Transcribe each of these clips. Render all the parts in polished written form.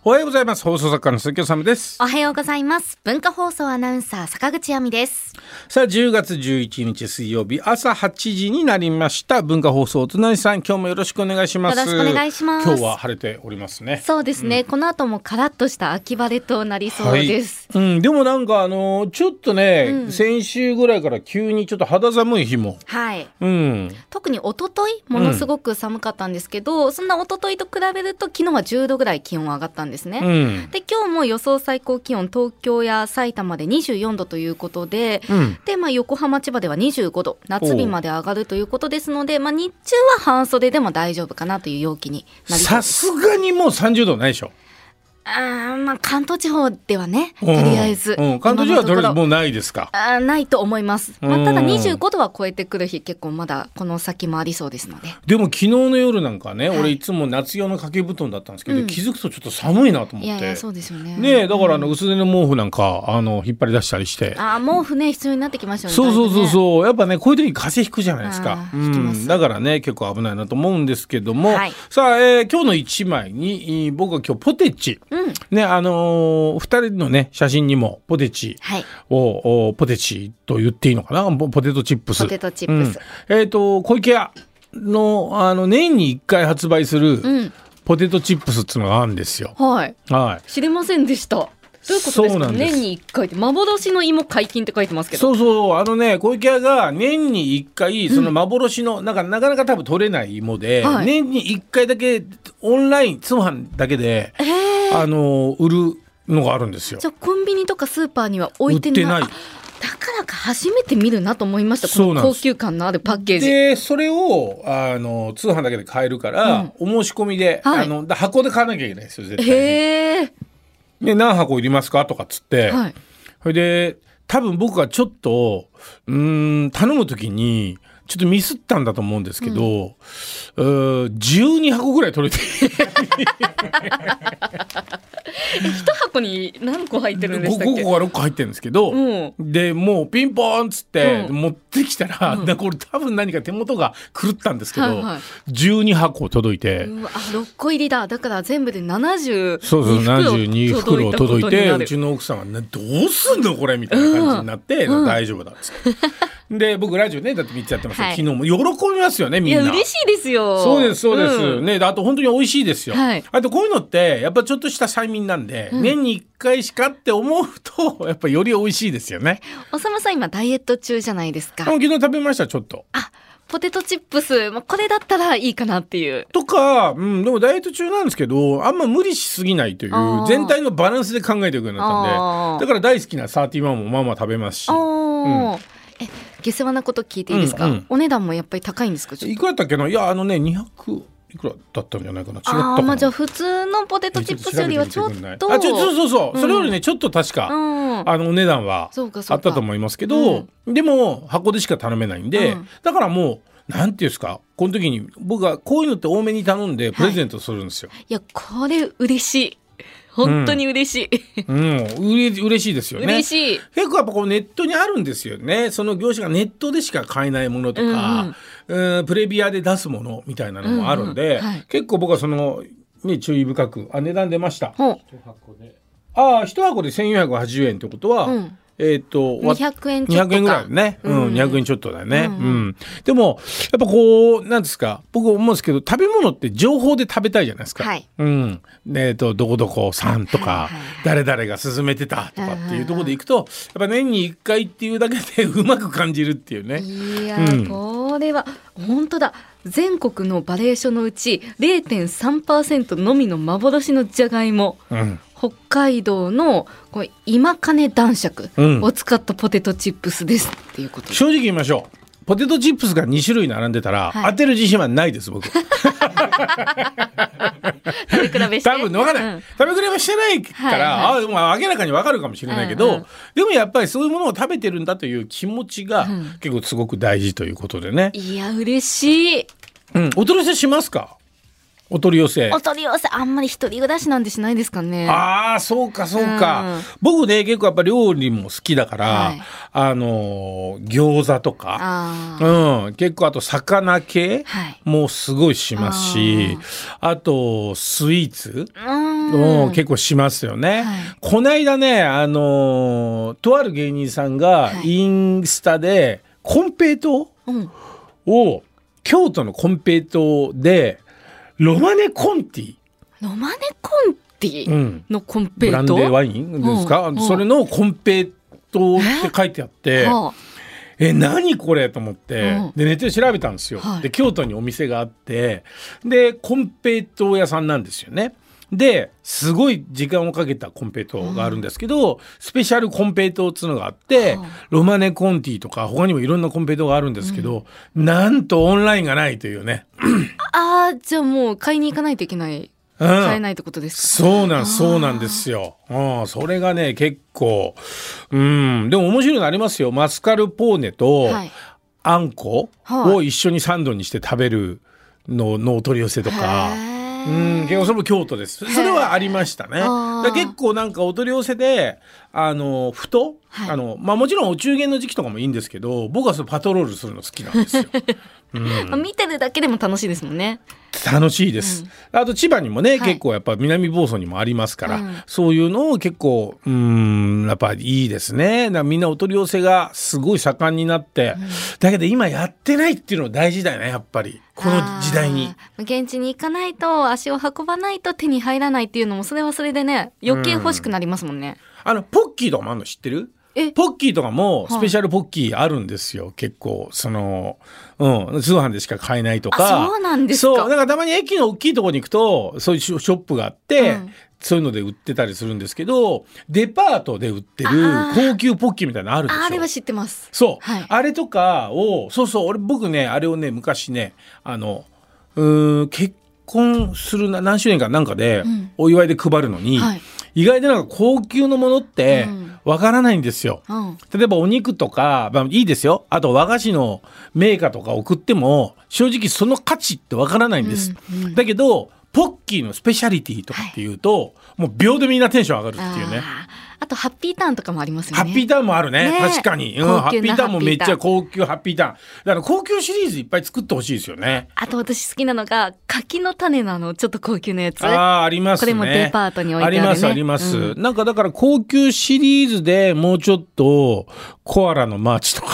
おはようございます。放送作家の鈴木治です。 おはようございます。文化放送アナウンサー坂口亜美です。 さあ10月11日水曜日朝8時になりました。文化放送つなぎさん、今日もよろしくお願いします。 よろしくお願いします。 今日は晴れておりますね。 そうですね、この後もカラッとした秋晴れとなりそうです、 はい。でもなんかちょっとね、先週ぐらいから急にちょっと肌寒い日も、 はい、特に一昨日ものすごく寒かったんですけど、そんな一昨日と比べると昨日は10度ぐらい気温上がったんですね、で今日も予想最高気温東京や埼玉で24度ということで、で横浜千葉では25度夏日まで上がるということですので、日中は半袖でも大丈夫かなという陽気になりそうです。 さすがにもう30度ないでしょ。 関東地方ではね、とりあえず、 関東地方はとりあえずもうないですか。 ないと思います、ただ25度は超えてくる日結構まだこの先もありそうですので。 でも昨日の夜なんかね、俺いつも夏用の掛け布団だったんですけど、気づくとちょっと寒いなと思って。 いやそうですよね。 ね、だから薄手の毛布なんか引っ張り出したりして。 毛布ね必要になってきましたよね。 そうやっぱねこういう時に風邪ひくじゃないですか。だからね結構危ないなと思うんですけども、さあ、今日の一枚に僕は今日ポテチ、ね2人のね写真にもポテチを、ポテチと言っていいのかな、ポテトチップス。小池屋の年に1回発売するポテトチップスっていうのがあるんですよ。 知りませんでした。どういうことですか。年に1回って幻の芋解禁って書いてますけど。 小池屋が年に1回その幻の、なかなか多分取れない芋で、年に1回だけオンライン通販だけで売るのがあるんですよ。 じゃあコンビニとかスーパーには置いてない。だからか初めて見るなと思いました。この高級感のあるパッケージで、それを通販だけで買えるから、お申し込みで、箱で買わなきゃいけないですよ絶対に。で何箱いりますかとかっつって、それで多分僕がちょっと頼む時にちょっとミスったんだと思うんですけど、12箱ぐらい取れて 1箱に何個入ってるんでしたっけ。 5個か6個入ってるんですけど、でもうピンポーンっつって持ってきたら、これ多分何か手元が狂ったんですけど、12箱届いて、 6個入りだ。だから全部で72 袋届いて、うちの奥さんは、どうすんのこれみたいな感じになって、大丈夫だっつってで僕ラジオねだって3つやってますけど、昨日も喜びますよねみんな。 いや嬉しいですよ。 そうです、ね。あと本当に美味しいですよ、あとこういうのってやっぱちょっとした催眠なんで、年に1回しかって思うとやっぱより美味しいですよね。 おさまさん今ダイエット中じゃないですか。 昨日食べましたちょっと。 ポテトチップス、これだったらいいかなっていうとか、でもダイエット中なんですけどあんま無理しすぎないという全体のバランスで考えていくようになったんで、だから大好きな31もまあまあ食べますし。 下世話なこと聞いていいですか、お値段もやっぱり高いんですか。 いくらだったっけな。いや200いくらだったんじゃないかな。違ったかな。 じゃあ普通のポテトチップスよりはちょっとそれよりねちょっと確か、お値段はあったと思いますけど、でも箱でしか頼めないんで、だからもうなんていうんですか、この時に僕がこういうのって多めに頼んでプレゼントするんですよ。 いやこれ嬉しい。本当に嬉しい、 嬉しいですよね。 嬉しい。 結構やっぱこうネットにあるんですよね。その業者がネットでしか買えないものとか、プレビアで出すものみたいなのもあるんで、結構僕はその、注意深く値段出ました。1箱で1480円ってことは、 200円ちょっとか。 200円ぐらいね、200円ちょっとだよね、でもやっぱこうなんですか、僕思うんですけど食べ物って情報で食べたいじゃないですか、どこどこさんとか、誰々が勧めてたとかっていうところでいくと、やっぱ年に1回っていうだけでうまく感じるっていうね。 いや、これは本当だ。全国のバリエーションのうち 0.3% のみの幻のじゃがいも、北海道のこれ今金男爵を使ったポテトチップスですっていうことで、 正直言いましょう。ポテトチップスが2種類並んでたら、当てる自信はないです僕。食べ比べして多分分かんない、食べ比べしてないから、明らかに分かるかもしれないけど、でもやっぱりそういうものを食べてるんだという気持ちが結構すごく大事ということでね。 いや嬉しい。 お取り寄せしますか。 お取り寄せあんまり一人暮らしなんてしないですかね。 ああそうかそうか、僕ね結構やっぱ料理も好きだから、はい、餃子とか、結構あと魚系もすごいしますし、あとスイーツ結構しますよね、はい、こないだねとある芸人さんがインスタでコンペイトーを、京都のコンペイトーでロマネコンティのコンペイトー、ブランデーワインですか、それのコンペイトーって書いてあって、何これと思って、でネットで調べたんですよ、で京都にお店があって、でコンペイトー屋さんなんですよね。ですごい時間をかけたコンペイトーがあるんですけど、スペシャルコンペイトーっていうのがあって、ロマネコンティとか他にもいろんなコンペイトーがあるんですけど、なんとオンラインがないというねじゃあもう買いに行かないといけない、買えないってことですか。そうなんですよ、それがね結構でも面白いのありますよ。マスカルポーネとあんこを一緒にサンドにして食べるのお取り寄せとか、結構それも京都です。それはありましたね。結構なんかお取り寄せでふと、もちろんお中元の時期とかもいいんですけど、僕はそれパトロールするの好きなんですよ見てるだけでも楽しいですもんね。 楽しいです、あと千葉にもね、結構やっぱ南房総にもありますから、そういうのを結構やっぱいいですね。みんなお取り寄せがすごい盛んになって、だけど今やってないっていうの大事だよね、やっぱりこの時代に。 現地に行かないと、足を運ばないと手に入らないっていうのも、それはそれでね余計欲しくなりますもんね。 ポッキーとかもあるの知ってる？ポッキーとかもスペシャルポッキーあるんですよ、結構通販でしか買えないとか。 そうなんですか。 そうだからたまに駅の大きいところに行くとそういうショップがあって、そういうので売ってたりするんですけど、デパートで売ってる高級ポッキーみたいなのあるでしょ。 あれは知ってます。 そう、あれとかを僕ねあれをね昔ね結婚する何周年かなんかでお祝いで配るのに、意外となんか高級のものってわからないんですよ、例えばお肉とか、いいですよ、あと和菓子のメーカーとか送っても正直その価値ってわからないんです、だけどポッキーのスペシャリティとかっていうと、もう秒でみんなテンション上がるっていうね。 あとハッピーターンとかもありますよね。 ハッピーターンもあるね、確かに、ハッピーターンもめっちゃ高級ハッピーターンだから、高級シリーズいっぱい作ってほしいですよね。 あと私好きなのが柿の種のちょっと高級なやつ。 ありますね。 これもデパートに置いてあるね。 あります、なんかだから高級シリーズでもうちょっとコアラのマーチとか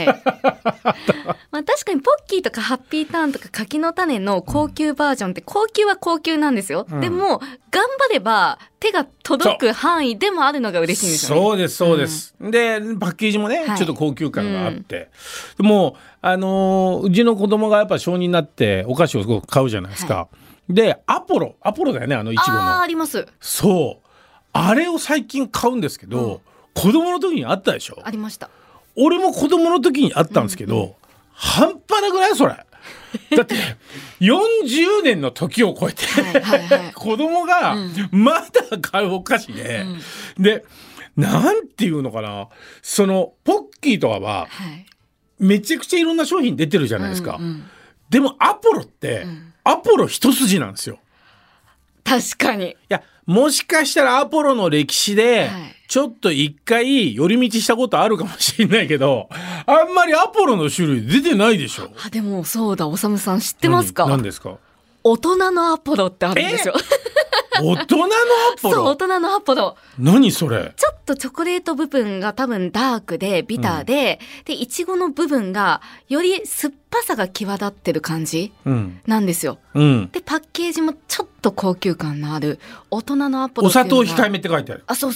確かにポッキーとかハッピーターンとか柿の種の高級バージョンって高級は高級なんですよ、でも頑張れば手が届く範囲でもあるのが嬉しいんですよね。 そうです、でパッケージもね、ちょっと高級感があって、でもうちの子供がやっぱ小児になってお菓子をすごく買うじゃないですか、でアポロだよね、いちごの。 あります。 そうあれを最近買うんですけど、子供の時にあったでしょ。 ありました。 俺も子供の時にあったんですけど、半端なくないそれだって40年の時を超えて子供がまだ買うお菓子で、でなんていうのかな、そのポッキーとかはめちゃくちゃいろんな商品出てるじゃないですか、でもアポロって、アポロ一筋なんですよ。 確かに。 いやもしかしたらアポロの歴史でちょっと一回寄り道したことあるかもしれないけど、あんまりアポロの種類出てないでしょ。 でもそうだ、おさむさん知ってますか？ 何ですか？ 大人のアポロってあるんですよ。 大人のアポロ？ そう、大人のアポロ。 何それ？ ちょっとチョコレート部分が多分ダークでビターで、でいちごの部分がより酸っぱさが際立ってる感じなんですよ、でパッケージもちょっと高級感のある大人のアポロ。 お砂糖控えめって書いてある。 そう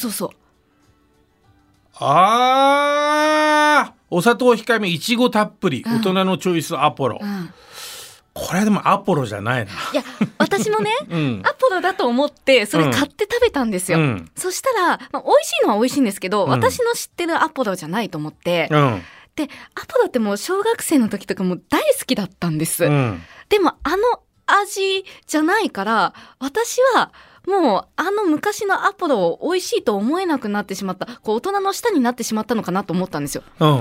お砂糖控えめ、いちごたっぷり、大人のチョイスアポロ、これでもアポロじゃないな。いや私もね、アポロだと思ってそれ買って食べたんですよ、そしたら、美味しいのは美味しいんですけど、私の知ってるアポロじゃないと思って、でアポロってもう小学生の時とかも大好きだったんです、でも味じゃないから私はもう昔のアポロを美味しいと思えなくなってしまった、大人の舌になってしまったのかなと思ったんですよ、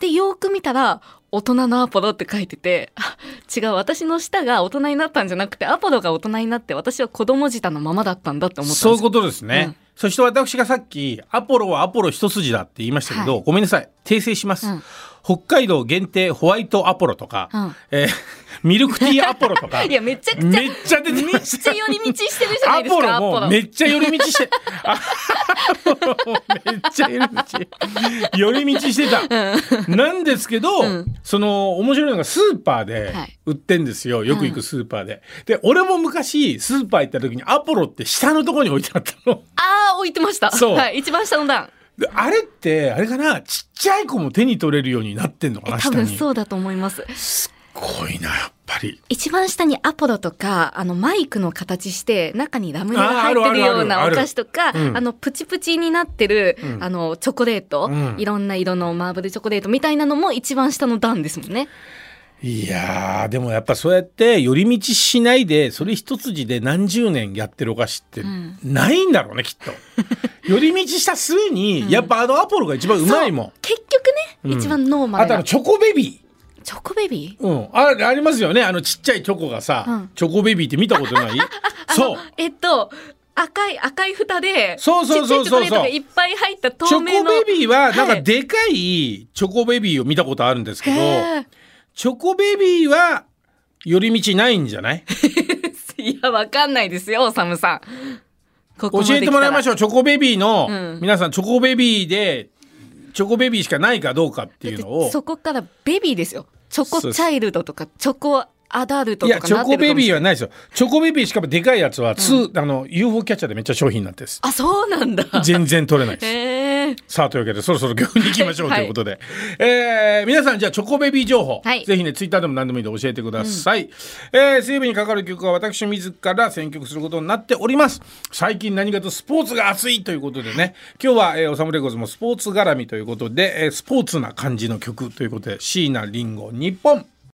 でよく見たら大人のアポロって書いてて、違う、私の舌が大人になったんじゃなくてアポロが大人になって私は子供舌のままだったんだって思ったんです。 そういうことですね、そして私がさっきアポロはアポロ一筋だって言いましたけど、ごめんなさい、訂正します、北海道限定ホワイトアポロとか、ミルクティーアポロとかいやめちゃくちゃめっちゃ出てました。 めっちゃ寄り道してるじゃないですか。 アポロもめっちゃ寄り道してアポロもめっちゃ寄り道してた、なんですけど、その面白いのがスーパーで売ってんですよ、よく行くスーパーで、で俺も昔スーパー行った時にアポロって下のところに置いてあったの。 置いてました。 そう、 一番下の段であれってあれかな、ちっちゃい子も手に取れるようになってんのかな。 多分そうだと思います。 すっごいな、やっぱり一番下にアポロとかマイクの形して中にラムネが入ってるようなお菓子とか、プチプチになってる、チョコレート、いろんな色のマーブルチョコレートみたいなのも一番下の段ですもんね。 いやーでもやっぱそうやって寄り道しないでそれ一筋で何十年やってるお菓子ってないんだろうね、きっと寄り道した末にやっぱアポロが一番うまいもん、 結局ね、一番ノーマルな。 あとチョコベビー、 チョコベビー、ありますよね、ちっちゃいチョコがさ、チョコベビーって見たことない？そう、 赤い蓋でそうちっちゃいチョコレートがいっぱい入った透明のチョコベビーはなんかでかいチョコベビーを見たことあるんですけど、チョコベビーは寄り道ないんじゃない？ いやわかんないですよ、おさむさん。 教えてもらいましょう。チョコベビーの、皆さんチョコベビーでチョコベビーしかないかどうかっていうのを。 そこからベビーですよ。チョコチャイルドとかチョコアダルトとかなってるかもしれない。いやチョコベビーはないですよ。チョコベビーしかもでかいやつはUFO キャッチャーでめっちゃ商品になってるんです。 そうなんだ。 全然取れないです。さあというわけでそろそろ曲に行きましょうということで、皆さんじゃあチョコベビー情報、ぜひねツイッターでも何でもいいので教えてください。水曜日にかかる曲は私自ら選曲することになっております。最近何かとスポーツが熱いということでね、今日はオサムレコーズもスポーツ絡みということで、スポーツな感じの曲ということで椎名林檎日本。